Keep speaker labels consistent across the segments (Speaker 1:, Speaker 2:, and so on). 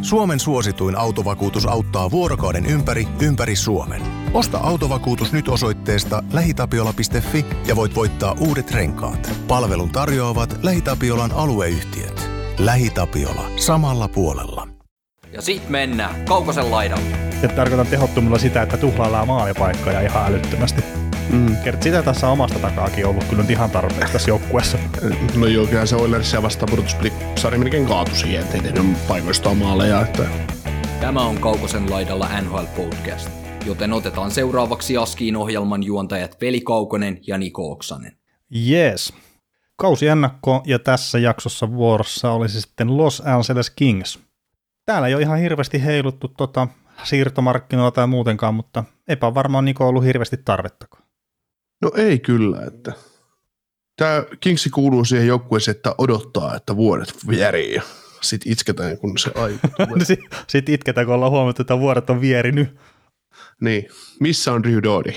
Speaker 1: Suomen suosituin autovakuutus auttaa vuorokauden ympäri Suomen. Osta autovakuutus nyt osoitteesta lähitapiola.fi ja voit voittaa uudet renkaat. Palvelun tarjoavat LähiTapiolan alueyhtiöt. LähiTapiola. Samalla puolella.
Speaker 2: Ja sit mennään Kaukosen laidalle.
Speaker 3: Ja tarkoitan tehottomilla sitä, että tuhlaillaan maalipaikkoja ihan älyttömästi. Kert, sitä tässä omasta takaakin ollut kyllä nyt ihan tarpeeksi tässä joukkueessa.
Speaker 4: No joo, kyllä se Oilersia vastaan pudotuspelisarja melkein kaatui siihen, ettei tehnyt paikoista maaleja. Että...
Speaker 2: Tämä on Kaukosen laidalla NHL Podcast, joten otetaan seuraavaksi Askiin ohjelman juontajat Veli Kaukonen ja Niko Oksanen.
Speaker 3: Jees. Kausiennakko ja tässä jaksossa vuorossa olisi sitten Los Angeles Kings. Täällä ei ole ihan hirveästi heiluttu siirtomarkkinoilla tai muutenkaan, mutta eipä varmaan Niko ollut hirveästi tarvettako.
Speaker 4: No ei kyllä, että tämä Kingsi kuuluu siihen joukkueeseen, että odottaa, että vuodet vierii ja sitten itketään, kun se aika tulee.
Speaker 3: Sitten itketään, kun ollaan huomattu, että vuodet on vierinyt.
Speaker 4: Niin, missä on Drew Doughty?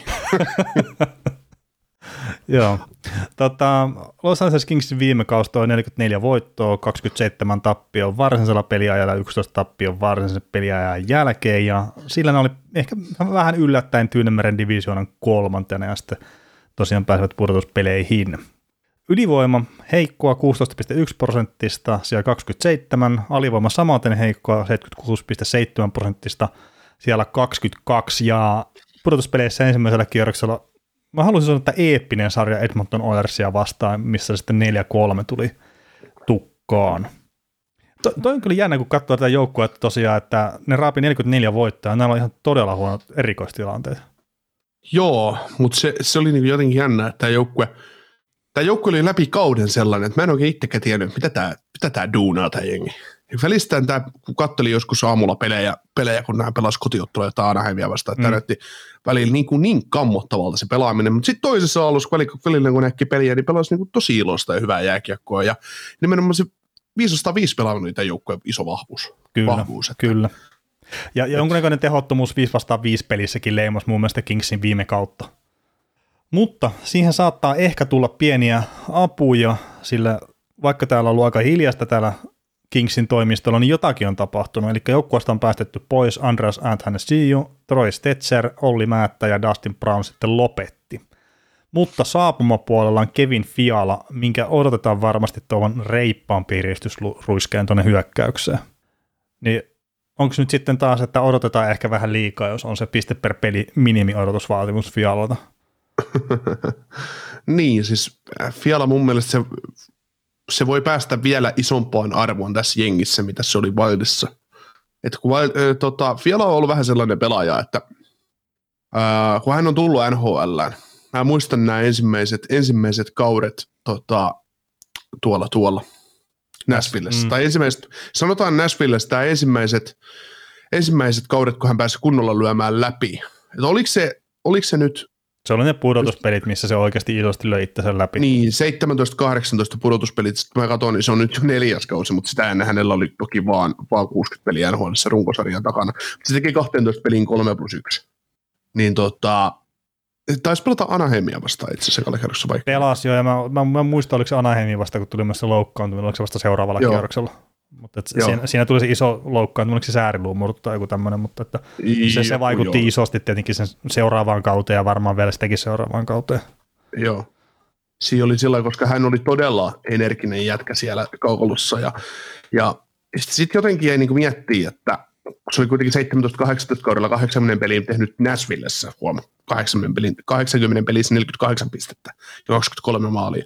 Speaker 3: Joo. Los Angeles Kingsin viime kausi toi 44 voittoa, 27 tappioon varsinaisella peliajalla, 11 tappioon varsinaisen peliajan jälkeen, ja sillä ne oli ehkä vähän yllättäen Tyynemeren divisioonan kolmantena, ja sitten tosiaan pääsevät pudotuspeleihin. Ylivoima heikkoa 16,1%, siellä 27, alivoima samaten heikkoa 76,7%, siellä 22, ja pudotuspeleissä ensimmäisellä kierroksella mä haluaisin sanoa, että eeppinen sarja Edmonton Oilersia vastaan, missä sitten 4-3 tuli tukkaan. Toi on kyllä jännä, kun katsoo tätä joukkoa, että tosiaan, että ne raapi 44 voittaa, ja näillä on ihan todella huonot erikoistilanteet.
Speaker 4: Joo, mutta se oli niin jotenkin jännä, että tämä joukkue oli läpi kauden sellainen, että mä en oikein itsekään tiennyt, mitä tämä duunaa tämä jengi. Välistään tämä, kun katselin joskus aamulla pelejä kun nämä pelasivat kotiottelua jotain Anaheimia vastaan, että tämä näytti välillä niin kammottavalta se pelaaminen, mutta sitten toisessa alussa välillä kun näki peliä, niin pelasi niin tosi iloista ja hyvää jääkiekkoa, ja nimenomaan se 505 pelaaminen niitä joukkoja iso vahvuus.
Speaker 3: Kyllä. Ja jonkunnäköinen tehottomuus 5-5 pelissäkin leimasi mun mielestä Kingsin viime kautta. Mutta siihen saattaa ehkä tulla pieniä apuja, sillä vaikka täällä on ollut aika hiljasta täällä Kingsin toimistolla, niin jotakin on tapahtunut. Eli joukkueesta on päästetty pois Andreas Athanasiou, Troy Stetzer, Olli Määttä ja Dustin Brown sitten lopetti. Mutta saapumapuolella on Kevin Fiala, minkä odotetaan varmasti tuohon reippaan piristysruiskeen tuonne hyökkäykseen. Niin onko nyt sitten taas, että odotetaan ehkä vähän liikaa, jos on se piste per peli minimiodotusvaatimus Fialalta?
Speaker 4: Niin, siis Fiala mun mielestä se voi päästä vielä isompaan arvoon tässä jengissä, mitä se oli Wildissa. Että kun Fiala on ollut vähän sellainen pelaaja, että kun hän on tullut NHL:ään, mä muistan nämä ensimmäiset kaudet tuolla Nashvillessä. Tai sanotaan Nashvillessä tämä ensimmäiset kaudet, kun hän pääsi kunnolla lyömään läpi. Että oliko se nyt...
Speaker 3: Se oli ne pudotuspelit, missä se oikeasti isosti löi itsensä läpi.
Speaker 4: Niin, 17-18 pudotuspelit. Sitten mä katson, niin se on nyt jo 4. kausi, mutta sitä ennen hänellä oli toki vaan 60 peliä NHL:ssä runkosarjan takana. Se teki 12 peliin 3+1. Niin taisi pelata Anaheimia vastaan itse asiassa kalkerrossa vaikka.
Speaker 3: Pelasi jo, ja mä muistan, oliko se Anaheimia vasta, kun tuli myös se loukkaantuminen, oliko se vasta seuraavalla kierroksella. Mutta siinä tuli se iso loukkaantuminen, oliko se sääriluumurtu tai joku tämmöinen, mutta että se vaikutti isosti tietenkin sen seuraavaan kauteen ja varmaan vielä sitäkin seuraavaan kauteen.
Speaker 4: Joo. Siinä oli sillä, koska hän oli todella energinen jätkä siellä kaukolussa ja sitten jotenkin jäi niin kuin miettiä, että se oli kuitenkin 17-18 kaudella 80 peliin tehnyt Nashvillessä, 80 pelissä 48 pistettä ja 23 maalia.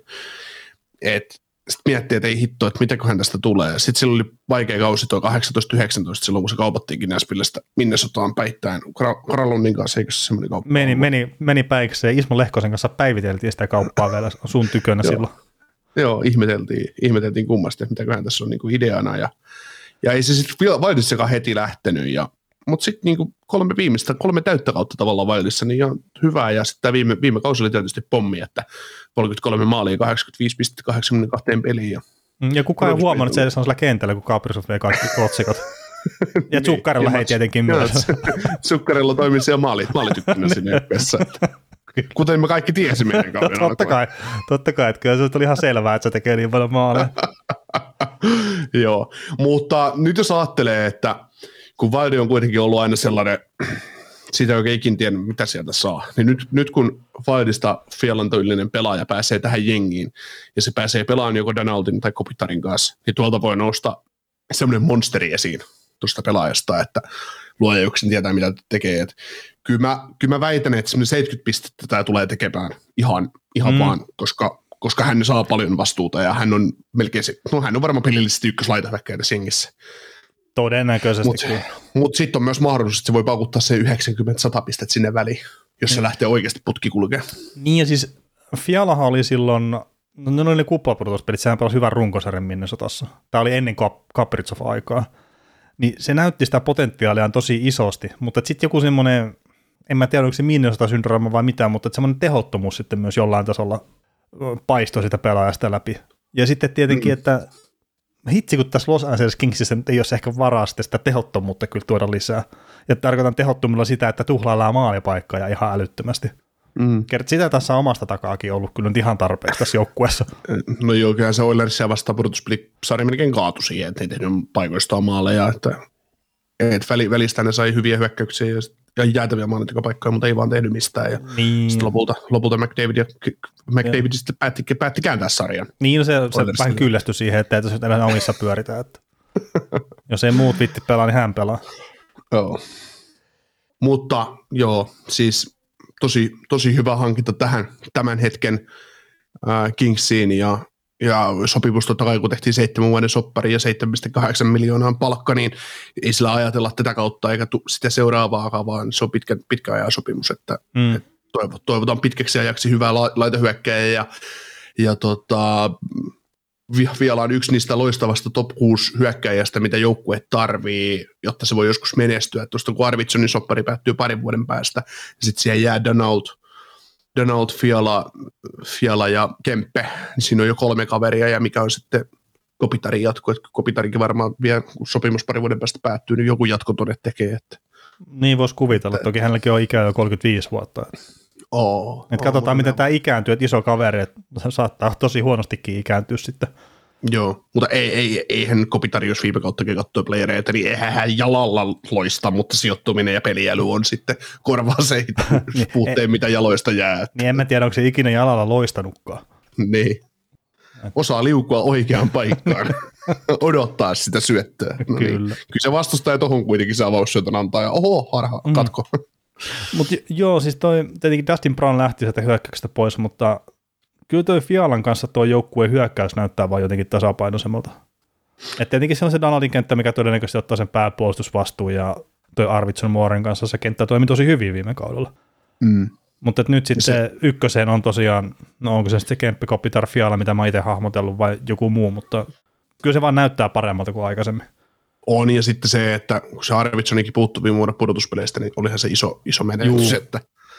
Speaker 4: Sitten miettii, että ei hitto, että mitäköhän tästä tulee. Sitten sillä oli vaikea kausi tuo 18-19 silloin, kun se kaupattiinkin Nashvillestä Minnesotaan päittäin. Karalundin kanssa, eikö se semmoinen kauppa?
Speaker 3: Meni päikseen. Ismo Lehkosen kanssa päiviteltiin sitä kauppaa vielä sun tykönä silloin.
Speaker 4: Joo, ihmeteltiin kummasti, että mitäköhän tässä on niinku ideana. Ja ei se sitten Wildissakaan heti lähtenyt. Mutta sitten niinku 3 täyttä kautta tavallaan Wildissa, niin ihan hyvää. Ja sitten tämä viime kausi oli tietysti pommi, että 33 maalia, 85 pistettä 82 peliin. Ja
Speaker 3: kukaan ei huomannut, että se edes on sillä kentällä, kun Kaprizov vei kaikki otsikot. Ja Tsukkarilla hei tietenkin myös.
Speaker 4: Tsukkarilla toimii siellä maalitykkynä sinne yhdessä. Kuten me kaikki tiesimme ennen kauden
Speaker 3: Totta kai, että kyllä se oli ihan selvää, että se tekee niin paljon maaleja.
Speaker 4: Joo, mutta nyt jos ajattelee, että kun Wilde on kuitenkin ollut aina sellainen, siitä ei oikein ikin tiedä, mitä sieltä saa, niin nyt kun Wildesta Fialan tyylinen pelaaja pääsee tähän jengiin, ja se pääsee pelaamaan joko Donaldin tai Kopitarin kanssa, niin tuolta voi nousta semmoinen monsteri esiin tuosta pelaajasta, että luoja yksin tietää, mitä tekee. Et kyllä mä väitän, että semmoinen 70 pistettä tämä tulee tekemään ihan vaan, koska hän saa paljon vastuuta, ja hän on melkein hän on varmaan pelillisesti ykköslaitahyökkäjä tässä jengissä.
Speaker 3: Todennäköisesti.
Speaker 4: Mutta sitten on myös mahdollisuus, että se voi paukuttaa se 90-100 pistettä sinne väliin, jos se lähtee oikeasti putki kulkemaan.
Speaker 3: Niin ja siis Fialahan oli silloin, ne oli ne kuplapudotuspelit, sehän pelasi hyvän runkosarjan Minnesotassa. Tämä oli ennen Kaprizov-aikaa. Niin se näytti sitä potentiaaliaan tosi isosti, mutta sitten joku semmoinen, en mä tiedä, onko se Minnesota-syndrooma vai mitään, mutta semmoinen tehottomuus sitten myös jollain tasolla paistoi sitä pelaajasta läpi. Ja sitten tietenkin, että hitsi, kun tässä Los Angeles Kingsissä ei ole ehkä varaa sitä tehottomuutta kyllä tuoda lisää. Ja tarkoitan tehottomilla sitä, että tuhlaillaan maalipaikkaa ja ihan älyttömästi. Sitä tässä on omasta takaakin ollut kyllä nyt ihan tarpeeksi tässä joukkueessa.
Speaker 4: No joo, kyllähän se Oilersia vastaan pudotuspelisarja melkein kaatui siihen, että ei tehnyt paikoistaan maaleja. Että välistä ne sai hyviä hyökkäyksiä ja jäätäviä maalintekopaikkoja, mutta ei vaan tehnyt mistään. Ja sitten lopulta McDavid sitten päätti kääntää sarjan.
Speaker 3: Niin, no se vähän kyllästyi siihen, että ei tosiaan omissa pyöritä. Että jos ei muut vitti pelaa, niin hän pelaa.
Speaker 4: Joo. Mutta joo, siis tosi hyvä hankinta tämän hetken Kingsiin ja sopimus totta kai, kun tehtiin 7 vuoden soppari ja 7,8 miljoonaa palkka, niin ei sillä ajatella tätä kautta eikä sitä seuraavaa, vaan se on pitkä ajan sopimus, että toivotaan pitkäksi ajaksi hyvää laitahyökkääjää ja vielä on yksi niistä loistavasta top 6 hyökkäjästä, mitä joukkue tarvii, jotta se voi joskus menestyä. Tuosta kun Arvidssonin soppari päättyy 2 vuoden päästä, ja sitten siihen jää Donald, Fiala ja Kempe, niin siinä on jo 3 kaveria, ja mikä on sitten Kopitarin jatko, että Kopitarikin varmaan vielä, kun sopimus 2 vuoden päästä päättyy, niin joku jatko tuonne tekee. Että.
Speaker 3: Niin voisi kuvitella, toki hänelläkin on ikää jo 35 vuotta. Katsotaan, miten tämä ikääntyy, että iso kaveri, että saattaa tosi huonostikin ikääntyä sitten.
Speaker 4: Joo, mutta eihän Kopitari, jos viime kauttakin katsoi playereita, niin eihän hän jalalla loista, mutta sijoittuminen ja peliäly on sitten korvaa se puutteen, mitä jaloista jää.
Speaker 3: Niin en mä tiedä, onko se ikinä jalalla loistanutkaan.
Speaker 4: Niin. Osaa liukua oikeaan paikkaan, odottaa sitä syöttöä. No
Speaker 3: Kyllä.
Speaker 4: Niin. Kyllä se vastustaja tohon kuitenkin se avaussyötön antaa ja harha, katko.
Speaker 3: Mutta joo, siis tietenkin Dustin Brown lähti sieltä hyökkäyksestä pois, mutta kyllä toi Fialan kanssa tuo joukkueen hyökkäys näyttää vaan jotenkin tasapainoisemmalta. Että tietenkin se on se Donaldin kenttä, mikä todennäköisesti ottaa sen pääpuolustusvastuun, ja toi Arvidsson Mooren kanssa se kenttä toimi tosi hyvin viime kaudella. Mutta nyt sitten se ykköseen on tosiaan, no onko se sitten Kemppi, Kopitar, Fiala, mitä mä itse hahmotellut, vai joku muu, mutta kyllä se vaan näyttää paremmalta kuin aikaisemmin.
Speaker 4: On, ja sitten se, että kun se Arvidssonikin puuttui viime vuonna pudotuspeleistä, niin olihan se iso menetys, että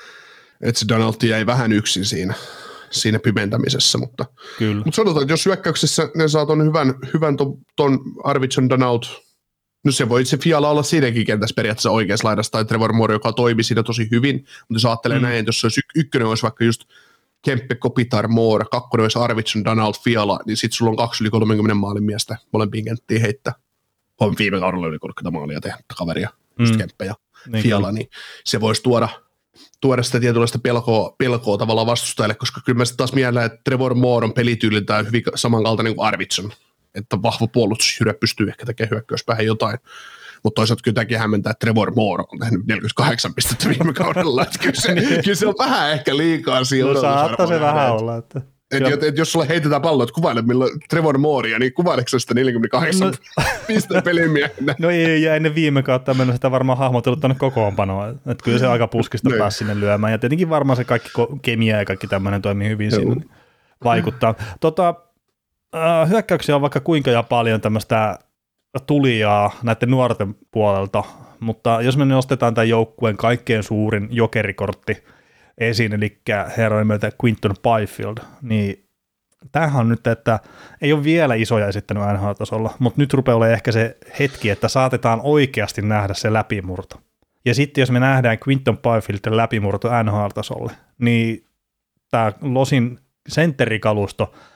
Speaker 4: se Donald jäi vähän yksin siinä pimentämisessä, mutta sanotaan, että jos hyökkäyksessä ne saa hyvän ton Arvidsson Donald, no se voi itse Fiala olla siinäkin kentässä periaatteessa oikeassa laidassa, tai Trevor Moore, joka toimi siinä tosi hyvin, mutta jos ajattelee näin, että jos ykkönen olisi vaikka just Kempe, Kopitar, Moore, kakkonen olisi Arvidsson, Donald, Fiala, niin sitten sulla on 2 yli 30 maalin miestä molempiin kenttiin heittää. On viime kaudella yli 30 maalia tehnyt kaveria, just Kempe ja Fiala, niin se voisi tuoda sitä tietynlaista pelkoa tavallaan vastustajalle, koska kyllä mä sitten taas mielellä, että Trevor Moore on pelityyliltään hyvin samankaltainen kuin Arvidsson, että vahva puolustusjyrä pystyy ehkä tekemään hyökkäyspäähän jotain, mutta toisaalta kyllä tämäkin hämmentää, että Trevor Moore on tehnyt 48 pistettä viime kaudella, että kyllä se on vähän ehkä liikaa siinä odotusarvoa.
Speaker 3: Saattaa se vähän olla, että
Speaker 4: Et jos sulle heitetään palloa, että kuvaile milloin Trevor Moorea, niin kuvaileeko sitä 48 pisteen pelimiehenä?
Speaker 3: No ei, ja ennen viime kautta mennä sitä varmaan hahmotellut tuonne kokoonpanoa. Että kyllä se aika puskista pääsi sinne lyömään. Ja tietenkin varmaan se kaikki kemia ja kaikki tämmöinen toimii hyvin sinne. Niin vaikuttaa. Hyökkäyksiä on vaikka kuinka ja paljon tämmöistä tulijaa näiden nuorten puolelta, mutta jos me nostetaan tämän joukkueen kaikkein suurin jokerikortti esiin, eli herran nimeltä Quinton Byfield, niin tämähän on nyt, että ei ole vielä isoja esittänyt NHL-tasolla, mutta nyt rupeaa olemaan ehkä se hetki, että saatetaan oikeasti nähdä se läpimurto. Ja sitten jos me nähdään Quinton Byfieldin läpimurto NHL-tasolle, niin tämä Losin sentterikalusto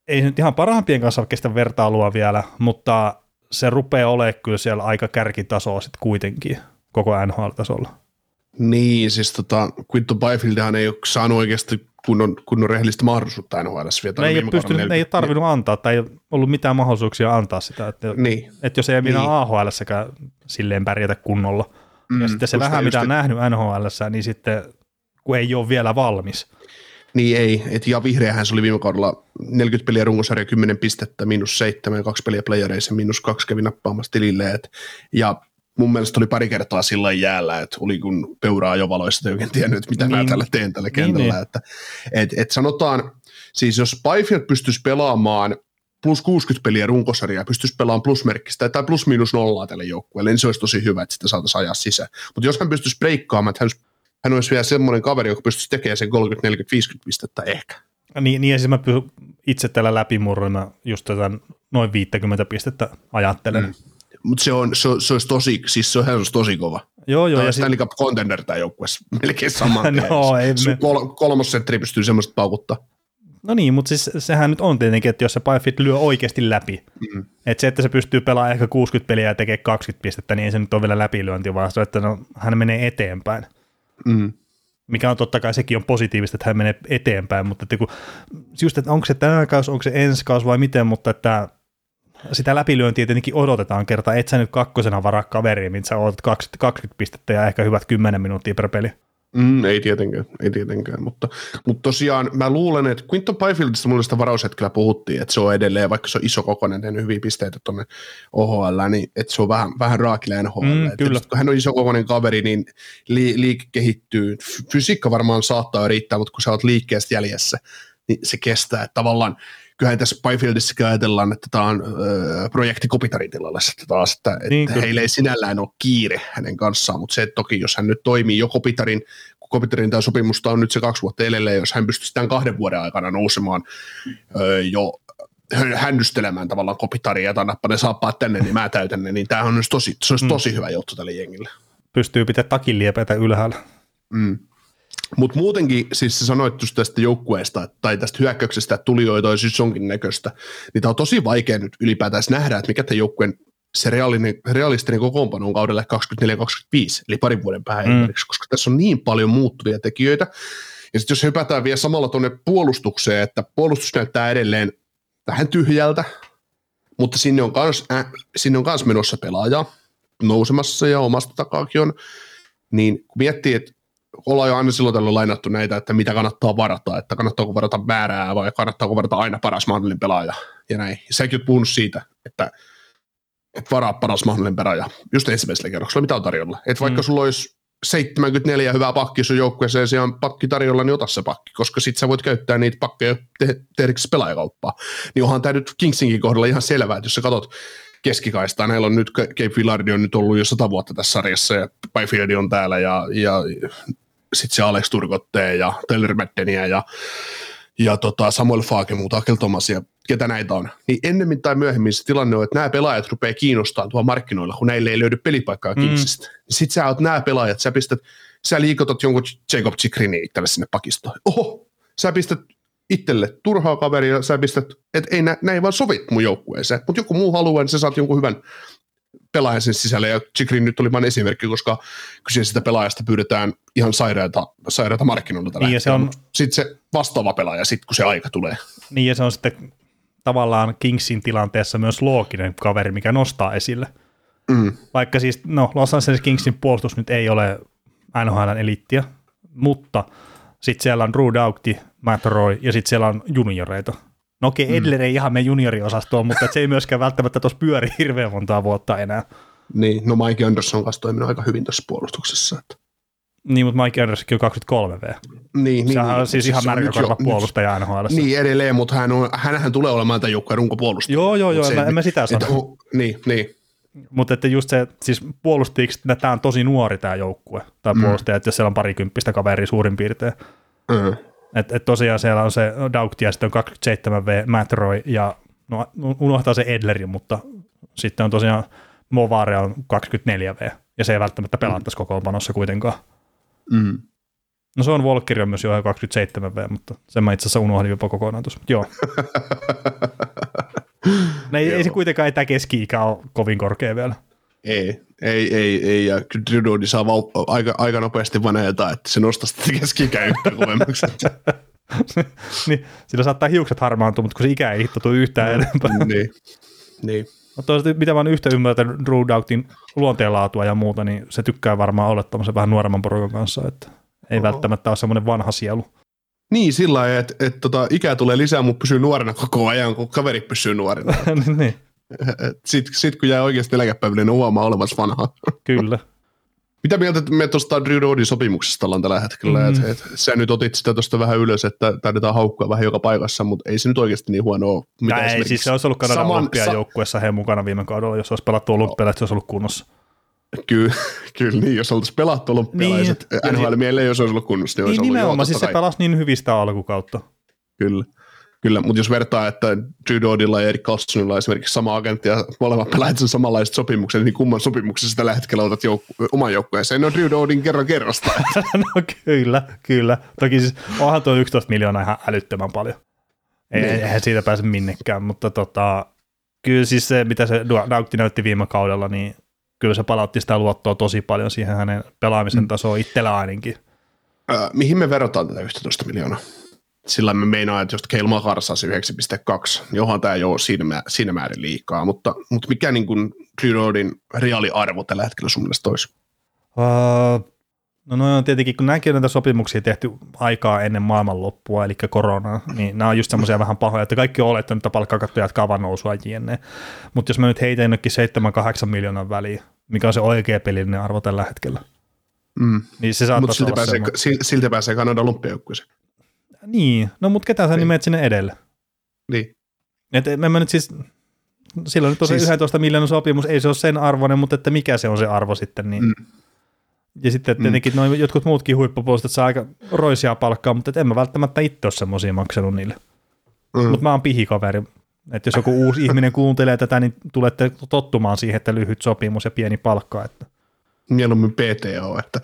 Speaker 3: ei nyt ihan parhaimpien kanssa kestä vertailua vielä, mutta se rupeaa olemaan kyllä siellä aika kärkitasoa sitten kuitenkin koko NHL-tasolla.
Speaker 4: Niin, siis Quinton Byfieldhan ei ole saanut oikeasti kunnon rehellistä mahdollisuutta NHL:ssä vielä.
Speaker 3: Ne ei ole tarvinnut antaa, tai ei ole ollut mitään mahdollisuuksia antaa sitä, että jos ei minä AHL:ssäkään silleen pärjätä kunnolla. Ja sitten se vähän, mitä on nähnyt NHL:ssä, niin sitten kun ei ole vielä valmis.
Speaker 4: Niin ei, ja vihreähän se oli viime kaudella 40 peliä runkosarja, 10 pistettä, -7, 2 peliä playereissa, -2 kävi nappaamassa tilille, ja mun mielestä oli pari kertaa sillä jäällä, että oli kun peuraa jo valoissa, että oikein tiennyt, että mitä mä täällä teen tällä kentällä. Että sanotaan, siis jos Byfield pystyisi pelaamaan plus 60 peliä runkosarjaa, pystyisi pelaamaan plusmerkkistä tai +-0 tälle joukkueelle, niin se olisi tosi hyvä, että sitä saataisiin ajaa sisään. Mutta jos hän pystyisi breikkaamaan, että hän olisi vielä semmoinen kaveri, joka pystyisi tekemään sen 30, 40, 50 pistettä ehkä.
Speaker 3: Niin ja siis mä itse tällä läpimurrona just tätä noin 50 pistettä ajattelen.
Speaker 4: Mutta se olisi tosi, siis se olisi tosi kova.
Speaker 3: Joo.
Speaker 4: Ja Stanley Cup Contender tämä joukkueessa melkein saman tien. Kolmosentteri pystyy semmoista paukuttaa.
Speaker 3: No niin, mutta siis sehän nyt on tietenkin, että jos se Byfield lyö oikeasti läpi, että se pystyy pelaamaan ehkä 60 peliä ja tekee 20 pistettä, niin ei se nyt ole vielä läpilyönti, vaan se, että hän menee eteenpäin. Mikä on totta kai sekin on positiivista, että hän menee eteenpäin, mutta että just, että onko se tämä kausi, onko se ensi kausi vai miten, mutta että sitä läpilyöntiä tietenkin odotetaan kertaa, et sä nyt kakkosena varaa kaveriin, mitä sä odotat 20 pistettä ja ehkä hyvät 10 minuuttia per peli.
Speaker 4: Ei tietenkään, mutta tosiaan mä luulen, että Quinton Byfieldista mulle sitä varaushetkellä puhuttiin, että se on edelleen, vaikka se on iso kokoinen, tehnyt hyviä pisteitä tuonne OHL, niin että se on vähän raakille NHL. Kyllä. Kun hän on iso kokoinen kaveri, niin liike kehittyy. Fysiikka varmaan saattaa riittää, mutta kun sä oot liikkeestä jäljessä, niin se kestää. Että tavallaan kyllähän tässä Byfieldissäkin ajatellaan, että tämä on projekti Kopitarin tilalla sitten taas, että heillä ei sinällään ole kiire hänen kanssaan, mutta se, että toki jos hän nyt toimii jo Kopitarin tämä sopimusta on nyt se 2 vuotta edelleen, jos hän pystyisi tämän 2 vuoden aikana nousemaan jo händystelemään tavallaan Kopitaria ja nappa ne saappaat tänne, niin mä täytän ne, niin tämähän olisi tosi hyvä juttu tälle jengille. Pystyy
Speaker 3: pitämään takinliepeitä ylhäällä.
Speaker 4: Mutta muutenkin, siis sä sanoit just tästä joukkueesta tai tästä hyökkäyksestä, että tulijoita olisi jonkin näköistä, niin tämä on tosi vaikea nyt ylipäätään nähdä, että mikä tämän joukkueen se realistinen kokoonpano on kaudelle 24-25, eli parin vuoden päähän esimerkiksi, koska tässä on niin paljon muuttuvia tekijöitä. Ja sitten jos hypätään vielä samalla tuonne puolustukseen, että puolustus näyttää edelleen vähän tyhjältä, mutta sinne on kans menossa pelaaja nousemassa ja omasta takaakin on, niin kun miettii, että ollaan jo aina silloin tällöin lainattu näitä, että mitä kannattaa varata, että kannattaako varata määrää vai kannattaako varata aina paras mahdollinen pelaaja ja näin. Ja säkin oot puhunut siitä, että varaa paras mahdollinen pelaaja just ensimmäisellä kerroksella, mitä on tarjolla. Että vaikka sulla olisi 74 hyvää pakkia sun joukkueeseen ja siellä on pakki tarjolla, niin ota se pakki, koska sit sä voit käyttää niitä pakkeja tehdäksesi pelaajakauppaa. Niin onhan tämä nyt Kingsinkin kohdalla ihan selvää, että jos sä katot keskikaistaa, näillä on nyt, Gabe Villardi on nyt ollut jo 100 vuotta tässä sarjassa ja Byfield on täällä ja sitten se Alex Turcotte ja Taylor Maddenia ja Samuel Fagemuth, Akel Thomas ja ketä näitä on, niin ennemmin tai myöhemmin se tilanne on, että nämä pelaajat rupeaa kiinnostamaan tuolla markkinoilla, kun näille ei löydy pelipaikkaa Kingsistä. Sitten sä oot nämä pelaajat, sä liikotat jonkun Jacob Chikrinin itselle sinne pakistoon. Oho, sä pistät itselle turhaa kaveria, sä pistät, että ei nää ei vaan sovi mun joukkueeseen, mutta joku muu haluaa, niin sä saat jonkun hyvän pelaajan sen sisälle, ja Chikrin nyt oli vain esimerkki, koska kyseisestä pelaajasta pyydetään ihan sairaita markkinoilta niin, sitten se vastaava pelaaja, kun se aika tulee.
Speaker 3: Niin, ja se on sitten tavallaan Kingsin tilanteessa myös looginen kaveri, mikä nostaa esille. Vaikka siis, Los Angeles Kingsin puolustus nyt ei ole NHL:n eliittiä, mutta sitten siellä on Drew Doughty, Matt Roy, ja sitten siellä on junioreita. No okei, Edler ei ihan mene junioriosastoon, mutta se ei myöskään välttämättä tuossa pyöri hirveän montaa vuotta enää.
Speaker 4: Niin, no Mike Anderson kanssa toiminut aika hyvin tuossa puolustuksessa. Että.
Speaker 3: Niin, mutta Mike Andersonkin on 23V. Sehän on siis ihan märkäkorva puolustaja NHL:ssä.
Speaker 4: Niin, edelleen, mutta hänhän tulee olemaan tämän joukkueen runkopuolustaja.
Speaker 3: Joo, en mä sitä sano.
Speaker 4: Niin.
Speaker 3: Mutta että just se, siis puolustajiksi, tämä on tosi nuori tämä joukkue, tai puolustaja, että jos siellä on parikymppistä kaveria suurin piirtein. Että tosiaan siellä on se Doughty ja sitten on 27V, Matt Roy ja unohtaa se Edleri, mutta sitten on tosiaan Movare on 24V ja se ei välttämättä pelaa tässä kokoonpanossa kuitenkaan. No se on Volkeri on myös jo 27V, mutta sen mä itse asiassa unohdin jopa kokonaan tuossa. Joo. Ei se kuitenkaan, tämä keski-ikä ole kovin korkea vielä.
Speaker 4: Ei, ja Drew Doughty saa aika nopeasti vanheelta, että se nostaa sitä keski-ikää yhtään kovemmaksi.
Speaker 3: Niin, sillä saattaa hiukset harmaantua, mutta kun se ikä ei hittoutu yhtään enempää.
Speaker 4: Niin.
Speaker 3: Mutta toisaalta, mitä mä oon yhtä ymmärtänyt Drew Doughtyn luonteenlaatua ja muuta, niin se tykkää varmaan olla tämmöisen vähän nuoremman porukan kanssa, että ei välttämättä ole semmoinen vanha sielu.
Speaker 4: Niin, sillä lailla, että ikää tulee lisää, mutta pysyy nuorena koko ajan, kun kaveri pysyy nuorena.
Speaker 3: Niin.
Speaker 4: Sitten kun jää oikeasti eläkepäiville, niin huomaa olemassa vanha.
Speaker 3: Kyllä.
Speaker 4: Mitä mieltä me tuosta Drew Doughtyn sopimuksesta ollaan tällä hetkellä? Sä nyt otit sitä tuosta vähän ylös, että taidetaan haukkua vähän joka paikassa, mutta ei se nyt oikeasti niin huono ole.
Speaker 3: Ei, siis se olisi ollut Kanadan olympiajoukkueessa he mukana viime kaudella, jos olisi pelattu olympialaiset, se olisi ollut kunnossa. Kyllä, niin, jos oltaisiin pelattu olympialaiset, niin, NHL-mielle ei olisi ollut kunnossa, niin olisi ollut nimenomaan, siis se pelasi niin hyvistä alkukautta.
Speaker 4: Kyllä, mutta jos vertaa, että Drew Doughtylla ja Erik Karlssonilla esimerkiksi sama agentti ja molemmat pelaajat sen samanlaiset sopimukset, niin kumman sopimuksessa tällä hetkellä otat oman joukkueeseen? No Drew Doughtyn kerrasta.
Speaker 3: No kyllä. Toki siis onhan tuo 11 miljoonaa ihan älyttömän paljon. Eihän siitä pääse minnekään, mutta kyllä siis se, mitä se Doughty näytti viime kaudella, niin kyllä se palautti sitä luottoa tosi paljon siihen hänen pelaamisen tasoon itsellä ainakin.
Speaker 4: Mihin me verrataan tätä 11 miljoonaa? Sillä me meinaan, että jos Cale Makar saisi 9,2, niin onhan tämä jo siinä määrin liikaa, mutta mikä niin kuin Drew Doughtyn reaaliarvo tällä hetkellä sun mielestä olisi?
Speaker 3: No on tietenkin, kun nämäkin on näitä sopimuksia tehty aikaa ennen maailmanloppua, eli koronaa, niin nämä on just semmoisia vähän pahoja, että kaikki on olettanut, että palkkakatto jatkaa vaan nousua jne. Mutta jos mä nyt heitän jonnekin 7-8 miljoonan väliin, mikä on se oikea pelillinen arvo tällä hetkellä, niin se saattaisi olla
Speaker 4: mutta silti pääsee Kanadan olympiajoukkueeseen.
Speaker 3: Niin, no mutta ketään sä nimeät sinne edelle?
Speaker 4: Niin.
Speaker 3: Että mä nyt siis, silloin nyt on se 11 miljoonan sopimus, ei se ole sen arvoinen, mutta että mikä se on se arvo sitten, niin. Ja sitten tietenkin noin jotkut muutkin huippupuolustajat saa aika roisia palkkaa, mutta en mä välttämättä itse ole semmoisia maksanut niille. Mutta mä oon pihikaveri, että jos joku uusi ihminen kuuntelee tätä, niin tulette tottumaan siihen, että lyhyt sopimus ja pieni palkka, että
Speaker 4: mieluummin PTO, että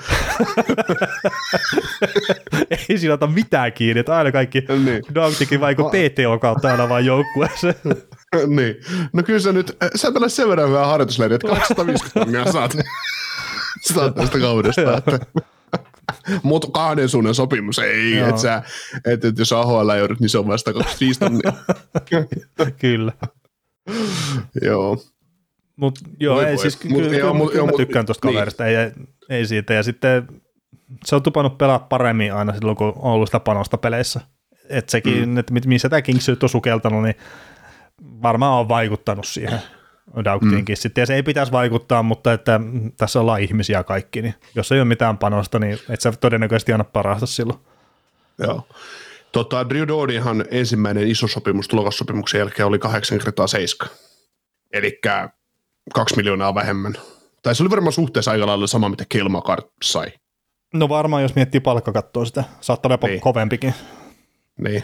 Speaker 3: ei sillä ota mitään kiinni, että aina kaikki Doughtyikin vaikka PTO kautta aina vaan joukkueeseen.
Speaker 4: Niin. No kyllä sä pelasit sen verran hyvää harjoitusleiriä, että 250 saat tästä kaudesta. Mutta 2 suunnan sopimus ei, että jos AHL joudut, niin se on vasta 25 tonnia.
Speaker 3: Kyllä.
Speaker 4: Joo.
Speaker 3: Mutta joo, ei siis kyllä mä tykkään tuosta kaverista, ei siitä. Ja sitten se on tupannut pelaa paremmin aina silloin, kun on ollut sitä panosta peleissä. Että sekin, että missä tämä Kings on sukeltanut, niin varmaan on vaikuttanut siihen Doughtyiinkin sitten. Ja se ei pitäisi vaikuttaa, mutta että tässä ollaan ihmisiä kaikki, niin jos ei ole mitään panosta, niin et sä todennäköisesti anna parasta silloin.
Speaker 4: Joo. Drew Doughtynhan ensimmäinen iso sopimus tulokassopimuksen jälkeen oli 8x7. Elikkä 2 miljoonaa vähemmän. Tai se oli varmaan suhteessa aika lailla sama, mitä Cale Makar sai.
Speaker 3: No varmaan, jos miettii palkkakattoa sitä. Saattaa olla kovempikin.
Speaker 4: Niin.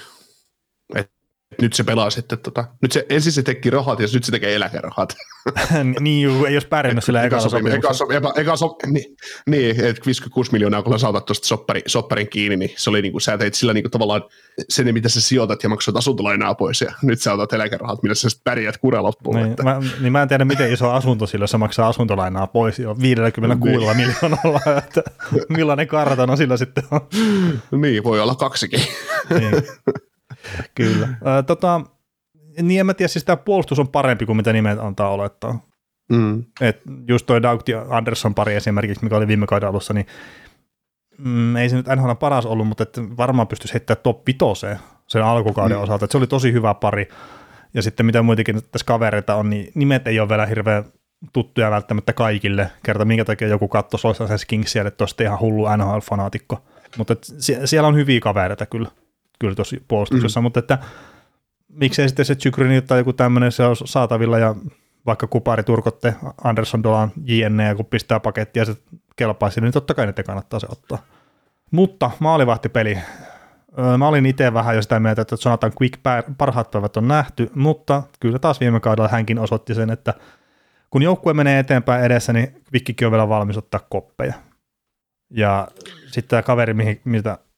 Speaker 4: Nyt se pelaa sitten, nyt se ensin se teki rahat ja nyt se tekee eläkerahat.
Speaker 3: Niin, ei olisi pärjännyt sillä ekalla sopimuksella.
Speaker 4: Niin, että 56 miljoonaa, kun saatat tuosta sopparin kiinni, niin se oli niin kuin, sä teit sillä niin kuin tavallaan sen, mitä sä sijoitat ja maksat asuntolainaa pois ja nyt sä otat eläkerahat, millä sä sitten pärjät kura loppuun.
Speaker 3: Niin, mä en tiedä, miten iso asunto sillä, jos sä maksaa asuntolainaa pois jo 56 miljoonalla, että millainen kartano sillä sitten on.
Speaker 4: Niin, voi olla 2.
Speaker 3: Niin. Kyllä. Niin en mä tiedä, siis tämä puolustus on parempi kuin mitä nimet antaa olettaa. Et just toi Doughty Anderson pari esimerkiksi, mikä oli viime kauden alussa, niin ei se nyt NHL paras ollut, mutta et varmaan pystyisi heittämään top 5 sen alkukauden osalta. Et se oli tosi hyvä pari. Ja sitten mitä muitakin tässä kavereita on, niin nimet ei ole vielä hirveän tuttuja välttämättä kaikille. Kerta minkä takia joku katsoi Los Angeles Kingsia, että tuosta ihan hullu NHL-fanaatikko. Mutta siellä on hyviä kavereita kyllä tuossa puolustuksessa, mutta että miksei sitten se Chychruni tai joku tämmöinen se on saatavilla ja vaikka Kupari, Turkotte, Anderson, Dolan, JN ja kun pistää pakettia ja se kelpaisi, niin totta kai ne kannattaa se ottaa. Mutta maalivahtipeli. Mä olin itse vähän jo sitä mieltä, että Jonathan Quick parhaat päivät on nähty, mutta kyllä taas viime kaudella hänkin osoitti sen, että kun joukkue menee eteenpäin edessä, niin Quickikin on vielä valmis ottaa koppeja. Ja sitten tämä kaveri, mitä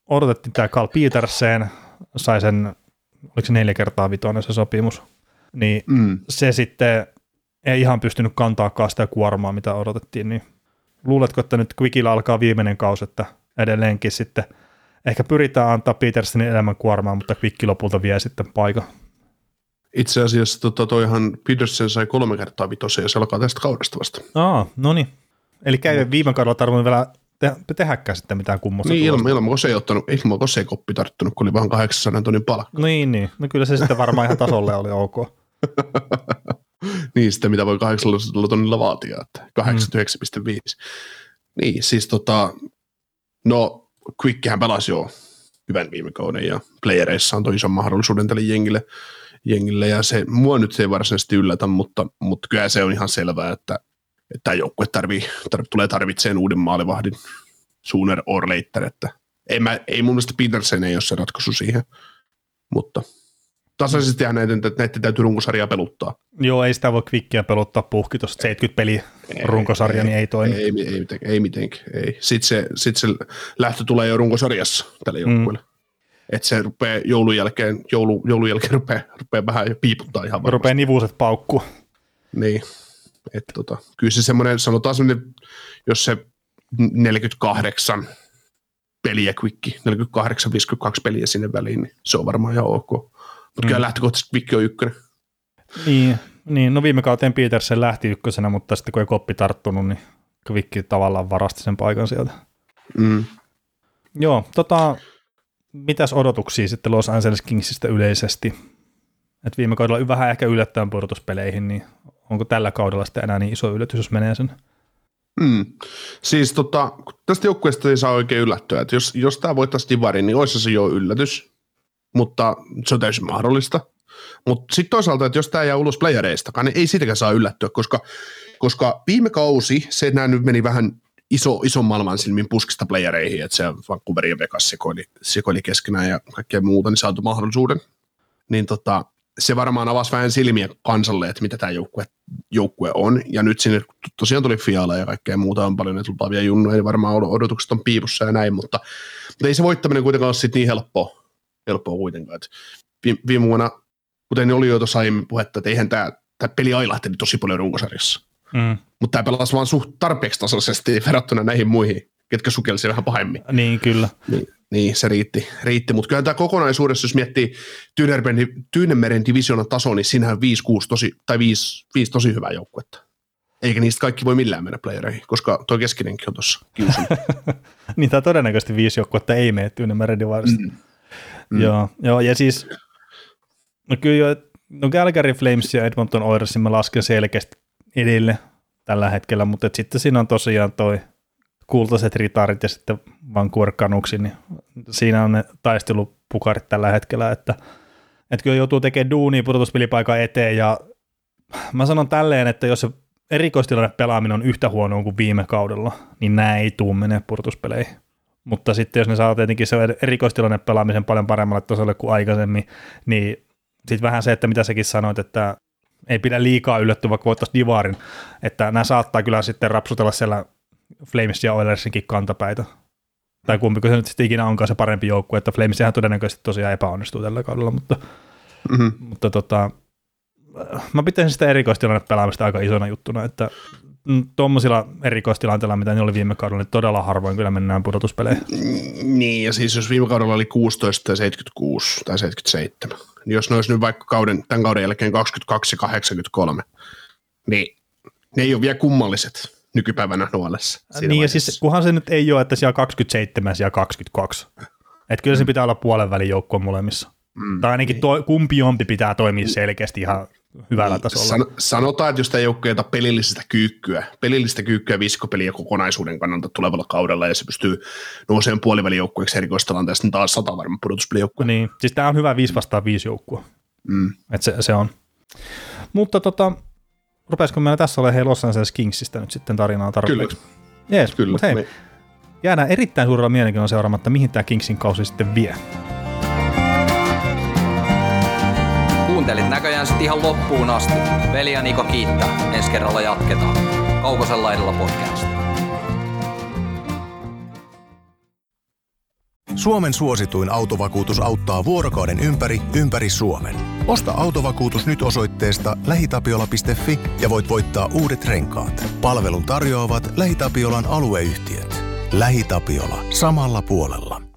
Speaker 3: odotettiin tämä Carl Petersen, sai sen, oliko se 4x5 se sopimus, niin se sitten ei ihan pystynyt kantaakaan sitä kuormaa, mitä odotettiin, niin luuletko, että nyt Quickillä alkaa viimeinen kausi, että edelleenkin sitten ehkä pyritään antaa Petersenin enemmän kuormaa, mutta Quick lopulta vie sitten paikan.
Speaker 4: Itse asiassa toihan Petersen sai 3x5 ja se alkaa tästä kaudesta vasta.
Speaker 3: No niin. Eli viime kaudella tarvinnut vielä tehdäkään sitten mitään kummosta.
Speaker 4: Niin, ilman Kose ei koppi tarttunut, kun oli vähän 800 tonnin palkka.
Speaker 3: Niin. No kyllä se sitten varmaan ihan tasolle oli ok.
Speaker 4: Niin, sitten mitä voi 800 tonnilla vaatia, että 89,5. Niin, siis no Quickhän pelasi jo hyvän viime kauden ja playereissa antoi ison mahdollisuuden tälle jengille ja se mua nyt ei varsinaisesti yllätä, mutta kyllä se on ihan selvää, että tämä joukkue tulee tarvitseen uuden maalivahdin sooner or later, että ei mun mielestä Petersen ei ole se ratkaisu siihen, mutta tasaisesti näiden täytyy runkosarjaa peluttaa.
Speaker 3: Joo, ei sitä voi Quickia peluttaa puhki tuosta 70 peliä runkosarja, niin ei toimi.
Speaker 4: Ei mitenkään, ei. Sitten se lähtö tulee jo runkosarjassa tälle joukkueelle. Että se rupeaa joulun jälkeen rupeaa vähän jo piiputtaa ihan varmasti.
Speaker 3: Rupeaa nivuuset paukkuu.
Speaker 4: Niin, että kyllä se semmoinen, sanotaan semmoinen, jos se 48 peliä Quick, 48-52 peliä sinne väliin, niin se on varmaan ihan ok. Mutta kyllä lähtökohtaisesti Quick on ykkönen.
Speaker 3: Niin, no viime kauteen Petersen lähti ykkösenä, mutta sitten kun ei koppi tarttunut, niin Quick tavallaan varasti sen paikan sieltä. Joo, mitäs odotuksia sitten Los Angeles Kingsistä yleisesti? Et viime kaudella vähän ehkä yllättäen pudotuspeleihin, niin onko tällä kaudella sitten enää niin iso yllätys, jos menee sen?
Speaker 4: Siis tästä joukkueesta ei saa oikein yllättyä, että jos tämä voittaisi divarin, niin olisi se jo yllätys, mutta se on täysin mahdollista. Mutta sitten toisaalta, että jos tämä jää ulos playereistakaan, niin ei siitäkään saa yllättyä, koska viime kausi se nyt meni vähän ison maailman silmin puskista playereihin, että se Vancouver ja Vegas sekoili keskenään ja kaikkea muuta, niin saatu mahdollisuuden. Niin se varmaan avasi vähän silmiä kansalle, että mitä tämä joukkue on. Ja nyt sinne tosiaan tuli Fiala ja kaikkea muuta, on paljon näitä lupaavia junnuja, niin varmaan odotukset on piipussa ja näin, mutta ei se voittaminen kuitenkaan ole sitten niin helppoa kuitenkaan. Et viime vuonna, kuten oli jo tuossa aiemmin puhetta, että eihän tämä peli ailahteli tosi paljon runkosarjassa. Mutta tämä pelasi vaan suht tarpeeksi tasaisesti verrattuna näihin muihin, ketkä sukelsi vähän pahemmin.
Speaker 3: Niin, kyllä.
Speaker 4: Niin se riitti. Mutta kyllä tämä kokonaisuudessa, jos miettii Tyynemeren divisioonan tasoa, niin siinähän on 5 tosi hyvää joukkuetta. Eikä niistä kaikki voi millään mennä playereihin, koska tuo keskinenkin on tuossa kiusannut.
Speaker 3: Niin tämä todennäköisesti 5 joukkuetta ei mene Tyynemeren divarista. Joo, ja siis no kyllä jo, Calgary Flames ja Edmonton Oilersin mä lasken selkeästi edelle tällä hetkellä, mutta sitten siinä on tosiaan toi kultaiset ritarit ja sitten Vancouver Canucks, niin siinä on ne taistelupukarit tällä hetkellä, että kyllä joutuu tekemään duunia pudotuspelipaikan eteen, ja mä sanon tälleen, että jos se erikoistilanne pelaaminen on yhtä huonoa kuin viime kaudella, niin nämä ei tule menee pudotuspeleihin. Mutta sitten jos ne saa tietenkin se erikoistilanne pelaamisen paljon paremmalle tasolle kuin aikaisemmin, niin sitten vähän se, että mitä säkin sanoit, että ei pidä liikaa yllättyä, vaikka voittaisi divarin, että nämä saattaa kyllä sitten rapsutella siellä Flames ja Oilersinkin kantapäitä. Tai kumpiko se nyt sitten ikinä onkaan se parempi joukkue, että Flames ihan todennäköisesti tosiaan epäonnistuu tällä kaudella, mutta mä pitäisin sitä erikoistilanne pelaamista aika isona juttuna, että tuommoisilla erikoistilanteilla, mitä ne oli viime kaudella, niin todella harvoin kyllä mennään pudotuspeleihin. Niin,
Speaker 4: ja siis jos viime kaudella oli 16 ja 76 tai 77, niin jos ne olisi nyt vaikka tämän kauden jälkeen 22 ja 83, niin ne ei ole vielä kummalliset nykypäivänä nuolessa.
Speaker 3: Niin, ja siis kunhan se nyt ei ole, että siellä 27 ja 22. Että kyllä se pitää olla puolen välin joukkue molemmissa. Tai ainakin kumpiompi pitää toimia selkeästi ihan hyvällä tasolla.
Speaker 4: Sanotaan, että jos tämä joukkue ei ota pelillistä kyykkyä viisikopeliä kokonaisuuden kannalta tulevalla kaudella, ja se pystyy nousemaan puolivälijoukkueeksi erikoistilanteessa, niin taas 100 varma pudotuspelijoukkue.
Speaker 3: Niin, siis tämä on hyvä 5-5 joukkue. Että se on. Mutta rupeisiko meillä tässä olemaan Los Angeles Kingsistä nyt sitten tarinaa tarpeeksi?
Speaker 4: Kyllä.
Speaker 3: Jees,
Speaker 4: kyllä.
Speaker 3: Mutta hei, jäädään erittäin suurella mielenkiinnolla seuraamatta, mihin tämä Kingsin kausi sitten vie.
Speaker 2: Kuuntelit näköjään sitten ihan loppuun asti. Veli ja Niko kiittää. Ensi kerralla jatketaan. Kaukosen laidalla podcast.
Speaker 1: Suomen suosituin autovakuutus auttaa vuorokauden ympäri Suomen. Osta autovakuutus nyt osoitteesta lähitapiola.fi ja voit voittaa uudet renkaat. Palvelun tarjoavat LähiTapiolan alueyhtiöt. LähiTapiola. Samalla puolella.